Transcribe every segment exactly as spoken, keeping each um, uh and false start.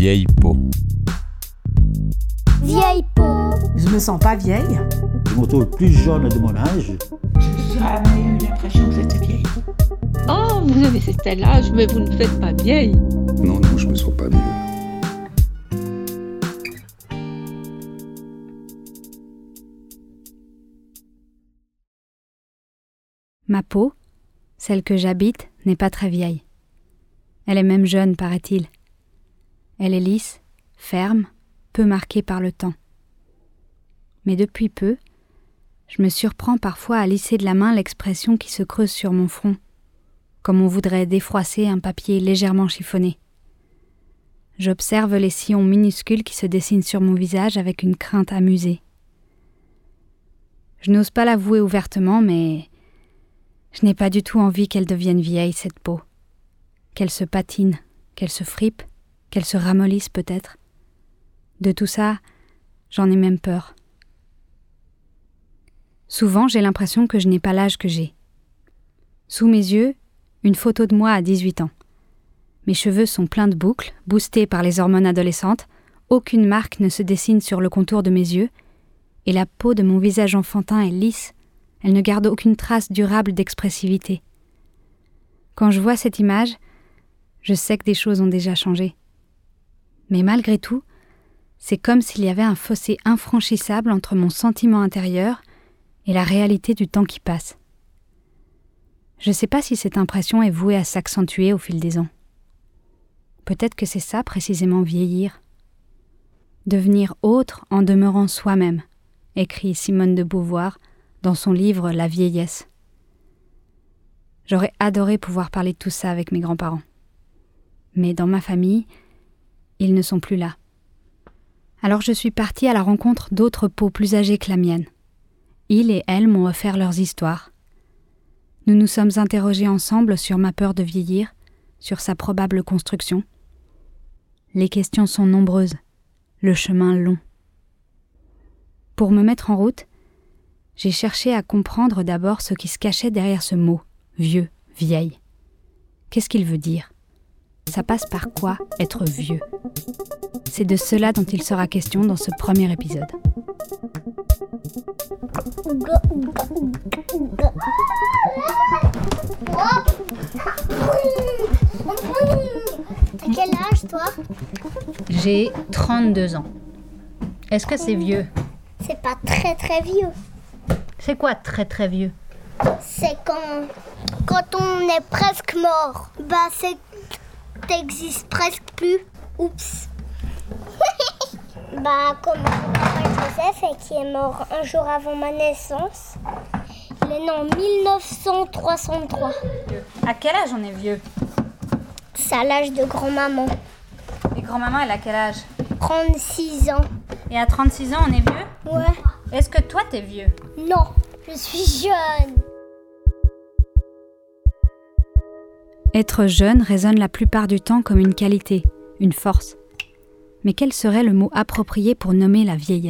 Vieille peau. Vieille peau. Je me sens pas vieille. Je me trouve plus jeune de mon âge. J'ai jamais eu l'impression que j'étais vieille. Oh, vous avez cet âge, mais vous ne faites pas vieille. Non, non, je me sens pas vieux. Ma peau, celle que j'habite, n'est pas très vieille. Elle est même jeune, paraît-il. Elle est lisse, ferme, peu marquée par le temps. Mais depuis peu, je me surprends parfois à lisser de la main l'expression qui se creuse sur mon front, comme on voudrait défroisser un papier légèrement chiffonné. J'observe les sillons minuscules qui se dessinent sur mon visage avec une crainte amusée. Je n'ose pas l'avouer ouvertement, mais je n'ai pas du tout envie qu'elle devienne vieille, cette peau. Qu'elle se patine, qu'elle se fripe, qu'elle se ramollisse peut-être. De tout ça, j'en ai même peur. Souvent, j'ai l'impression que je n'ai pas l'âge que j'ai. Sous mes yeux, une photo de moi à dix-huit ans. Mes cheveux sont pleins de boucles, boostés par les hormones adolescentes, aucune marque ne se dessine sur le contour de mes yeux, et la peau de mon visage enfantin est lisse, elle ne garde aucune trace durable d'expressivité. Quand je vois cette image, je sais que des choses ont déjà changé. Mais malgré tout, c'est comme s'il y avait un fossé infranchissable entre mon sentiment intérieur et la réalité du temps qui passe. Je ne sais pas si cette impression est vouée à s'accentuer au fil des ans. Peut-être que c'est ça précisément vieillir. Devenir autre en demeurant soi-même, écrit Simone de Beauvoir dans son livre La vieillesse. J'aurais adoré pouvoir parler de tout ça avec mes grands-parents. Mais dans ma famille, ils ne sont plus là. Alors je suis partie à la rencontre d'autres peaux plus âgées que la mienne. Ils et elles m'ont offert leurs histoires. Nous nous sommes interrogés ensemble sur ma peur de vieillir, sur sa probable construction. Les questions sont nombreuses, le chemin long. Pour me mettre en route, j'ai cherché à comprendre d'abord ce qui se cachait derrière ce mot, vieux, vieille. Qu'est-ce qu'il veut dire ? Ça passe par quoi, être vieux ? C'est de cela dont il sera question dans ce premier épisode. À quel âge, toi ? J'ai trente-deux ans. Est-ce que c'est vieux ? C'est pas très très vieux. C'est quoi très très vieux ? C'est quand, quand on est presque mort. Bah, c'est t'existes presque plus. Oups. Bah, comme mon papa Joseph, et qui est mort un jour avant ma naissance. Il est né en mille neuf cent soixante-trois. À quel âge on est vieux ? C'est à l'âge de grand-maman. Et grand-maman, elle a quel âge ? trente-six ans. Et à trente-six ans, on est vieux ? Ouais. Est-ce que toi, t'es vieux ? Non, je suis jeune. Être jeune résonne la plupart du temps comme une qualité, une force. Mais quel serait le mot approprié pour nommer la vieillesse ?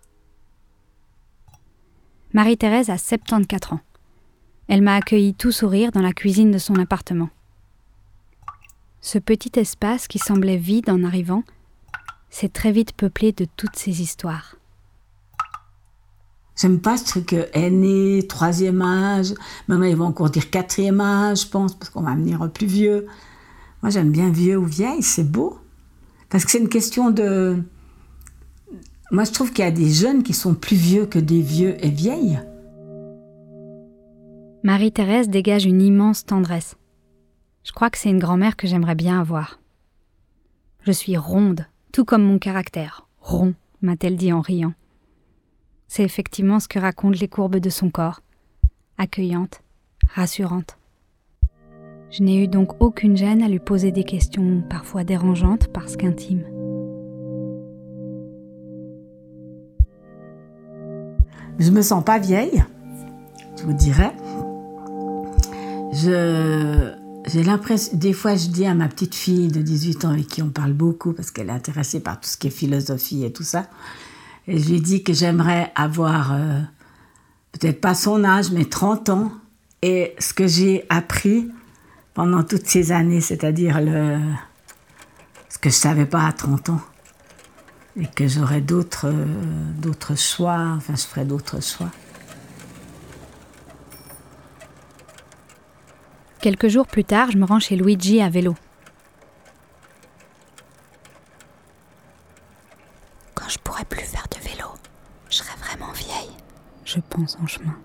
Marie-Thérèse a soixante-quatorze ans. Elle m'a accueilli tout sourire dans la cuisine de son appartement. Ce petit espace qui semblait vide en arrivant s'est très vite peuplé de toutes ces histoires. J'aime pas ce truc aîné, troisième âge. Maintenant, ils vont encore dire quatrième âge, je pense, parce qu'on va venir plus vieux. Moi, j'aime bien vieux ou vieille, c'est beau. Parce que c'est une question de... Moi, je trouve qu'il y a des jeunes qui sont plus vieux que des vieux et vieilles. Marie-Thérèse dégage une immense tendresse. Je crois que c'est une grand-mère que j'aimerais bien avoir. Je suis ronde, tout comme mon caractère. Rond, m'a-t-elle dit en riant. C'est effectivement ce que racontent les courbes de son corps. Accueillante, rassurante. Je n'ai eu donc aucune gêne à lui poser des questions parfois dérangeantes parce qu'intimes. Je me sens pas vieille, je vous dirais. Je, j'ai l'impression, des fois je dis à ma petite fille de dix-huit ans avec qui on parle beaucoup parce qu'elle est intéressée par tout ce qui est philosophie et tout ça, et je lui dis que j'aimerais avoir euh, peut-être pas son âge mais trente ans, et ce que j'ai appris pendant toutes ces années, c'est-à-dire le, ce que je ne savais pas à trente ans. Et que j'aurais d'autres, euh, d'autres choix, enfin je ferais d'autres choix. Quelques jours plus tard, je me rends chez Luigi à vélo. Quand je pourrai plus faire de vélo, je serai vraiment vieille, je pense en chemin.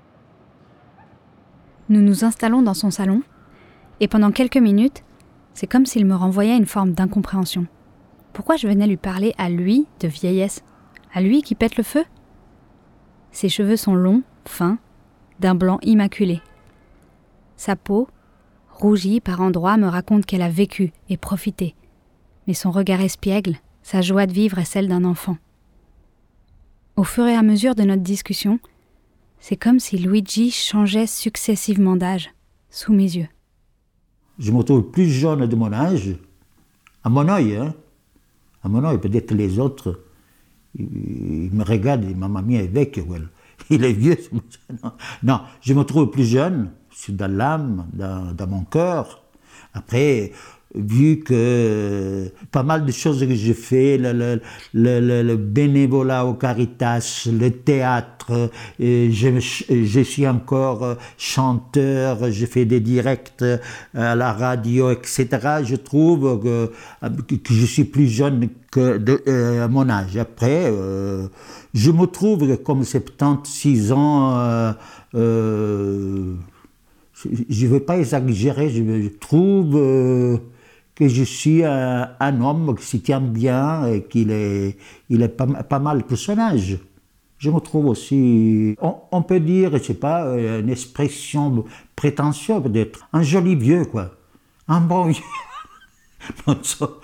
Nous nous installons dans son salon, et pendant quelques minutes, c'est comme s'il me renvoyait une forme d'incompréhension. Pourquoi je venais lui parler à lui de vieillesse? À lui qui pète le feu? Ses cheveux sont longs, fins, d'un blanc immaculé. Sa peau, rougie par endroits, me raconte qu'elle a vécu et profité. Mais son regard espiègle, sa joie de vivre est celle d'un enfant. Au fur et à mesure de notre discussion, c'est comme si Luigi changeait successivement d'âge, sous mes yeux. Je me trouve plus jeune de mon âge, à mon œil, hein. À mon œil, peut-être les autres, ils, ils me regardent, et ma mamie est vecchio, il est vieux. Non, non, je me trouve plus jeune, c'est dans l'âme, dans, dans mon cœur. Après, vu que pas mal de choses que j'ai fait, le, le, le, le bénévolat au Caritas, le théâtre, et je, je suis encore chanteur, je fais des directs à la radio, et cetera. Je trouve que, que je suis plus jeune que de, euh, à mon âge. Après, euh, je me trouve comme soixante-seize ans, euh, euh, je ne veux pas exagérer, je, je trouve euh, que je suis un, un homme qui s'y tient bien et qu'il est, il est pas, pas mal pour son âge. Je me trouve aussi, on, on peut dire, je ne sais pas, une expression prétentieuse peut-être, un joli vieux, quoi. Un bon vieux.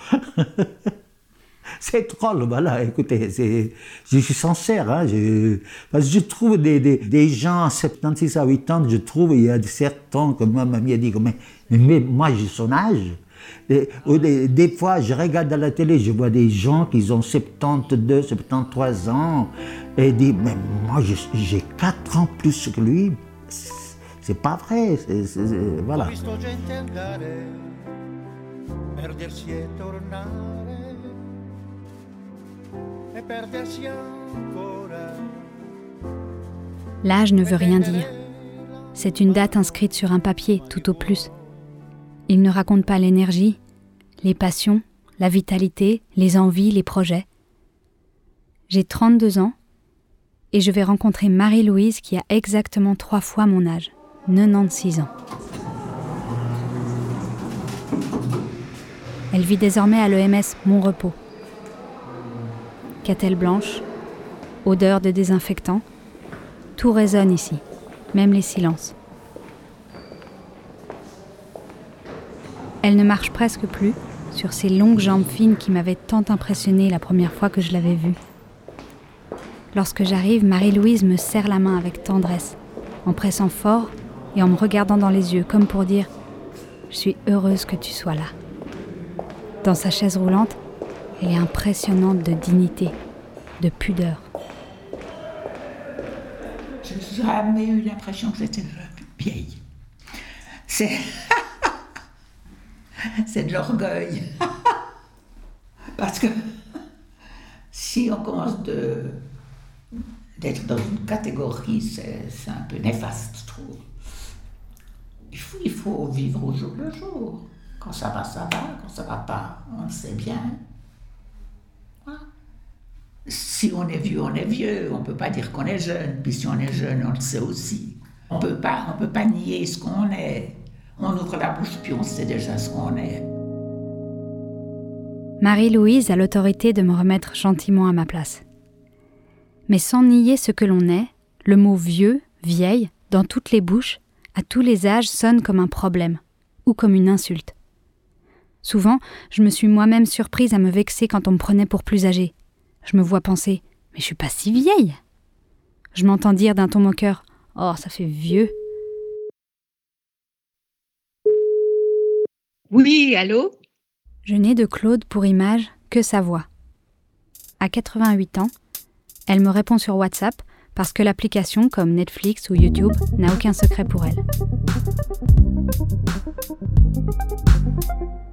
C'est drôle, voilà, écoutez, c'est, je suis sincère, hein, je, parce que je trouve des, des, des gens à soixante-seize à quatre-vingts ans, je trouve, il y a certains, comme ma mamie a dit, mais, mais moi j'ai son âge. Des, des, des fois, je regarde à la télé, je vois des gens qui ont soixante-douze, soixante-treize ans, et disent, mais moi j'ai quatre ans plus que lui. C'est, c'est pas vrai, c'est, c'est, c'est, voilà. L'âge ne veut rien dire. C'est une date inscrite sur un papier, tout au plus. Il ne raconte pas l'énergie, les passions, la vitalité, les envies, les projets. J'ai trente-deux ans et je vais rencontrer Marie-Louise qui a exactement trois fois mon âge, quatre-vingt-seize ans. Elle vit désormais à l'E M S Mon Repos. Catelle blanche, odeur de désinfectant, tout résonne ici, même les silences. Elle ne marche presque plus sur ses longues jambes fines qui m'avaient tant impressionnée la première fois que je l'avais vue. Lorsque j'arrive, Marie-Louise me serre la main avec tendresse, en pressant fort et en me regardant dans les yeux, comme pour dire « Je suis heureuse que tu sois là ». Dans sa chaise roulante, elle est impressionnante de dignité, de pudeur. Je n'ai jamais eu l'impression que c'était vieille. C'est... c'est de l'orgueil. Parce que si on commence de... d'être dans une catégorie, c'est, c'est un peu néfaste, je trouve. Il faut, il faut vivre au jour le jour. Quand ça va, ça va. Quand ça va pas, on le sait bien. Voilà. Si on est vieux, on est vieux. On ne peut pas dire qu'on est jeune. Puis si on est jeune, on le sait aussi. On peut pas, on peut pas nier ce qu'on est. On ouvre la bouche, puis on sait déjà ce qu'on est. Marie-Louise a l'autorité de me remettre gentiment à ma place. Mais sans nier ce que l'on est, le mot vieux, vieille, dans toutes les bouches, à tous les âges, sonne comme un problème, ou comme une insulte. Souvent, je me suis moi-même surprise à me vexer quand on me prenait pour plus âgée. Je me vois penser « mais je suis pas si vieille !» Je m'entends dire d'un ton moqueur « oh, ça fait vieux !» Oui, allô? Je n'ai de Claude pour image que sa voix. À quatre-vingt-huit ans, elle me répond sur WhatsApp parce que l'application, comme Netflix ou YouTube, n'a aucun secret pour elle.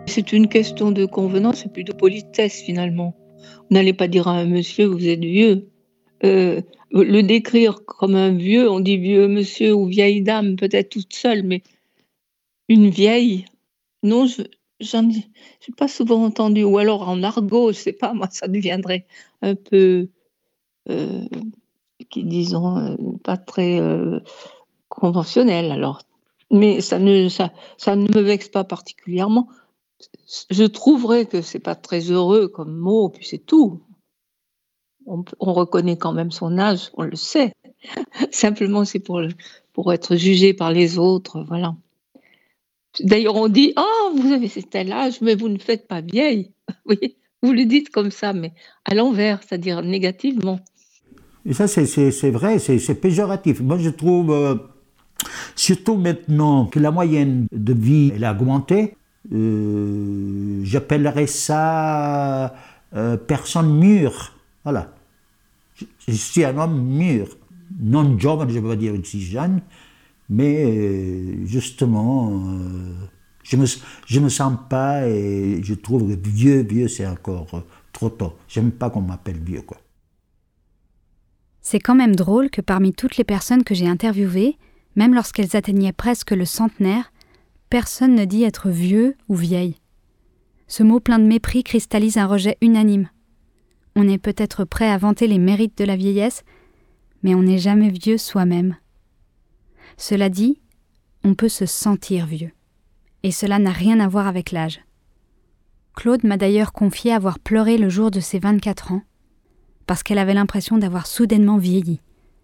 C'est une question de convenance et puis de politesse finalement. Vous n'allez pas dire à un monsieur vous êtes vieux. Euh, le décrire comme un vieux, on dit vieux monsieur ou vieille dame, peut-être toute seule, mais une vieille, non, je, j'en ai, j'ai pas souvent entendu, ou alors en argot, je sais pas, moi ça deviendrait un peu, euh, qui disons, euh, pas très euh, conventionnel alors. Mais ça ne, ça, ça ne me vexe pas particulièrement. Je trouverais que c'est pas très heureux comme mot, puis c'est tout. On, on reconnaît quand même son âge, on le sait. Simplement, c'est pour, le, pour être jugé par les autres, voilà. D'ailleurs, on dit « Oh, vous avez cet âge, mais vous ne faites pas vieille. » Oui, vous le dites comme ça, mais à l'envers, c'est-à-dire négativement. Et ça, c'est, c'est, c'est vrai, c'est, c'est péjoratif. Moi, je trouve, euh, surtout maintenant que la moyenne de vie elle a augmenté, euh, j'appellerais ça euh, personne mûre. Voilà. Je, je suis un homme mûr. Non jeune, je ne veux pas dire aussi jeune, mais euh, justement, euh, je ne me, je me sens pas et je trouve que vieux, vieux, c'est encore euh, trop tôt. J'aime pas qu'on m'appelle vieux, quoi. C'est quand même drôle que parmi toutes les personnes que j'ai interviewées, même lorsqu'elles atteignaient presque le centenaire, personne ne dit être vieux ou vieille. Ce mot plein de mépris cristallise un rejet unanime. On est peut-être prêt à vanter les mérites de la vieillesse, mais on n'est jamais vieux soi-même. Cela dit, on peut se sentir vieux. Et cela n'a rien à voir avec l'âge. Claude m'a d'ailleurs confié avoir pleuré le jour de ses vingt-quatre ans, parce qu'elle avait l'impression d'avoir soudainement vieilli.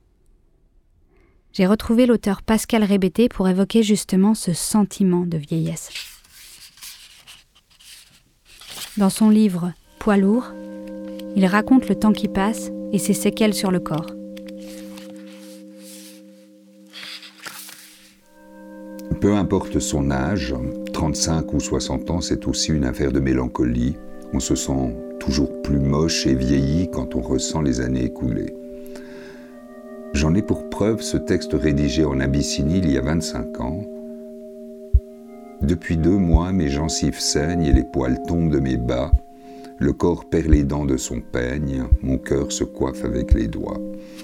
J'ai retrouvé l'auteur Pascal Rébété pour évoquer justement ce sentiment de vieillesse. Dans son livre « Poids lourd », il raconte le temps qui passe et ses séquelles sur le corps. Peu importe son âge, trente-cinq ou soixante ans, c'est aussi une affaire de mélancolie. On se sent toujours plus moche et vieilli quand on ressent les années écoulées. J'en ai pour preuve ce texte rédigé en Abyssinie il y a vingt-cinq ans. Depuis deux mois, mes gencives saignent et les poils tombent de mes bas. Le corps perd les dents de son peigne, mon cœur se coiffe avec les doigts.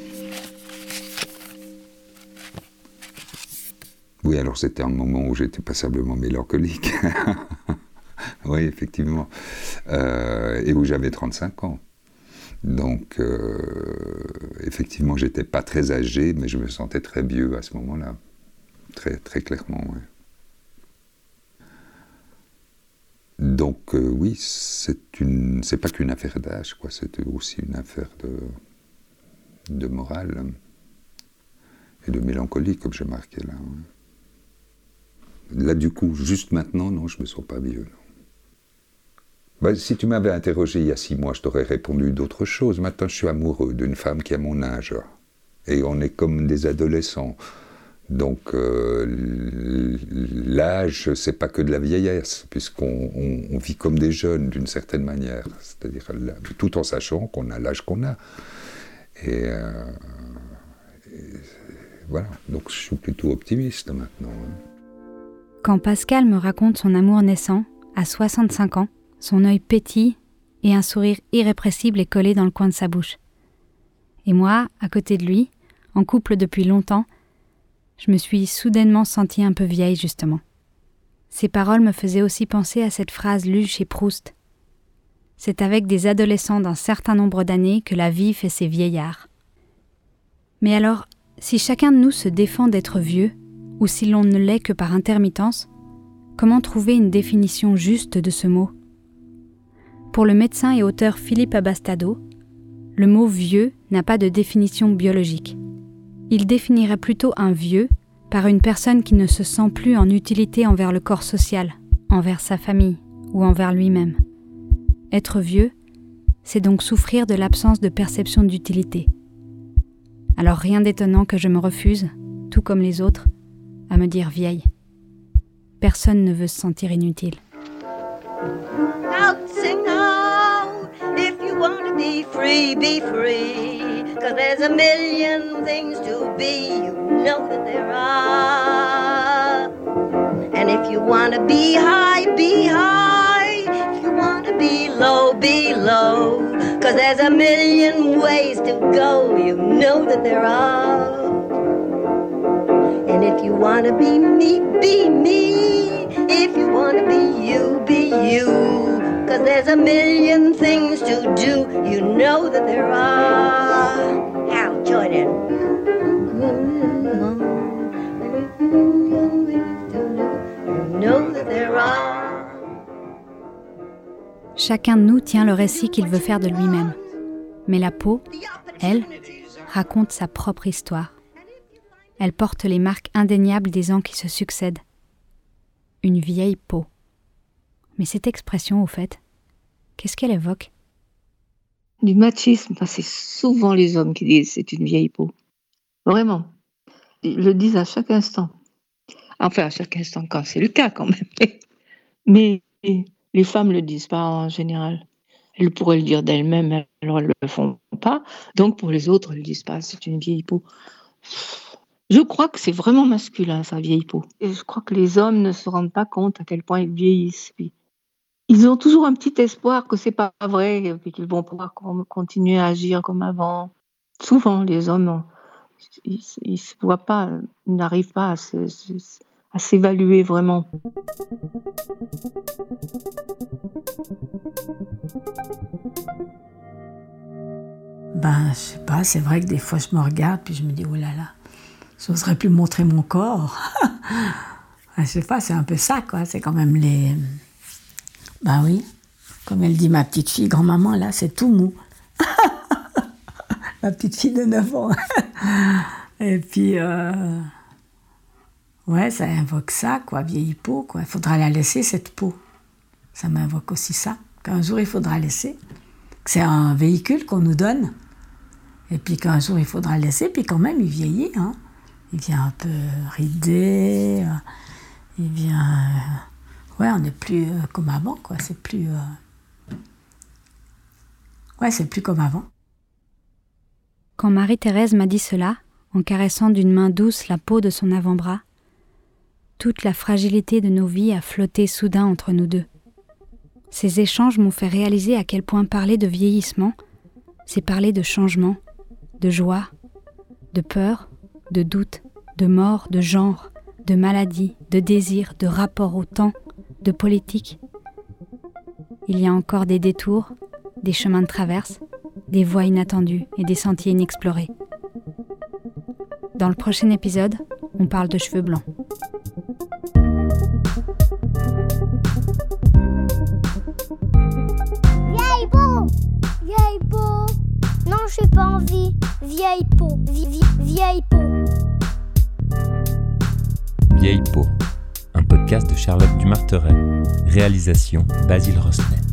Oui, alors c'était un moment où j'étais passablement mélancolique. Oui, effectivement. Euh, et où j'avais trente-cinq ans. Donc, euh, effectivement, j'étais pas très âgé, mais je me sentais très vieux à ce moment-là. Très, très clairement, oui. Donc, euh, oui, c'est une, c'est pas qu'une affaire d'âge, quoi. C'est aussi une affaire de, de morale et de mélancolie, comme j'ai marqué là. Ouais. Là, du coup, juste maintenant, non, je me sens pas vieux, non. Ben, si tu m'avais interrogé il y a six mois, je t'aurais répondu d'autres choses. Maintenant, je suis amoureux d'une femme qui a mon âge. Et on est comme des adolescents. Donc, euh, l'âge, c'est pas que de la vieillesse, puisqu'on on, on vit comme des jeunes, d'une certaine manière. C'est-à-dire, tout en sachant qu'on a l'âge qu'on a. Et, euh, et voilà. Donc, je suis plutôt optimiste maintenant. Quand Pascal me raconte son amour naissant, à soixante-cinq ans, son œil pétille et un sourire irrépressible est collé dans le coin de sa bouche. Et moi, à côté de lui, en couple depuis longtemps, je me suis soudainement sentie un peu vieille, justement. Ces paroles me faisaient aussi penser à cette phrase lue chez Proust. C'est avec des adolescents d'un certain nombre d'années que la vie fait ses vieillards. Mais alors, si chacun de nous se défend d'être vieux, ou si l'on ne l'est que par intermittence, comment trouver une définition juste de ce mot ? Pour le médecin et auteur Philippe Abastado, le mot « vieux » n'a pas de définition biologique. Il définirait plutôt un vieux par une personne qui ne se sent plus en utilité envers le corps social, envers sa famille ou envers lui-même. Être vieux, c'est donc souffrir de l'absence de perception d'utilité. Alors rien d'étonnant que je me refuse, tout comme les autres, à me dire vieille. Personne ne veut se sentir inutile. Out, sing out, if you want to be free, be free. Cause there's a million things to be, you know that there are. And if you want to be high, be high. low, be low. Cause there's a million ways to go, you know that there are. And if you wanna be me, be me. If you wanna be you, be you. Cause there's a million things to do, you know that there are. Now, join in. You know that there are. Chacun de nous tient le récit qu'il veut faire de lui-même. Mais la peau, elle, raconte sa propre histoire. Elle porte les marques indéniables des ans qui se succèdent. Une vieille peau. Mais cette expression, au fait, qu'est-ce qu'elle évoque ? Du machisme, enfin, c'est souvent les hommes qui disent c'est une vieille peau. Vraiment. Ils le disent à chaque instant. Enfin, à chaque instant, quand c'est le cas quand même. Mais les femmes ne le disent pas en général. Elles pourraient le dire d'elles-mêmes, alors elles ne le font pas. Donc pour les autres, elles ne disent pas c'est une vieille peau. Je crois que c'est vraiment masculin, sa vieille peau. Et je crois que les hommes ne se rendent pas compte à quel point ils vieillissent. Puis, ils ont toujours un petit espoir que c'est pas vrai, et qu'ils vont pouvoir continuer à agir comme avant. Souvent, les hommes, ils, ils se voient pas, ils n'arrivent pas à, se, à s'évaluer vraiment. Ben, je sais pas, c'est vrai que des fois je me regarde puis je me dis oh là là. J'oserais plus montrer mon corps. Je sais pas, c'est un peu ça, quoi. C'est quand même les... Ben oui, comme elle dit ma petite fille, grand-maman, là, c'est tout mou. Ma petite fille de neuf ans. Et puis, euh... ouais, ça invoque ça, quoi, vieille peau, quoi. Il faudra la laisser, cette peau. Ça m'invoque aussi ça, qu'un jour, il faudra laisser. Que c'est un véhicule qu'on nous donne. Et puis qu'un jour, il faudra le laisser, puis quand même, il vieillit, hein. Il vient un peu ridé, il vient... Ouais, on n'est plus comme avant, quoi. C'est plus... Ouais, c'est plus comme avant. Quand Marie-Thérèse m'a dit cela, en caressant d'une main douce la peau de son avant-bras, toute la fragilité de nos vies a flotté soudain entre nous deux. Ces échanges m'ont fait réaliser à quel point parler de vieillissement, c'est parler de changement, de joie, de peur, de doute, de mort, de genre, de maladie, de désir, de rapport au temps, de politique. Il y a encore des détours, des chemins de traverse, des voies inattendues et des sentiers inexplorés. Dans le prochain épisode, on parle de cheveux blancs. Vieille peau, vieille peau. Non, j'ai pas envie. Vieille peau, vie, vie, vieille peau. Vieille peau, un podcast de Charlotte Dumarteret. Réalisation Basile Rosnet.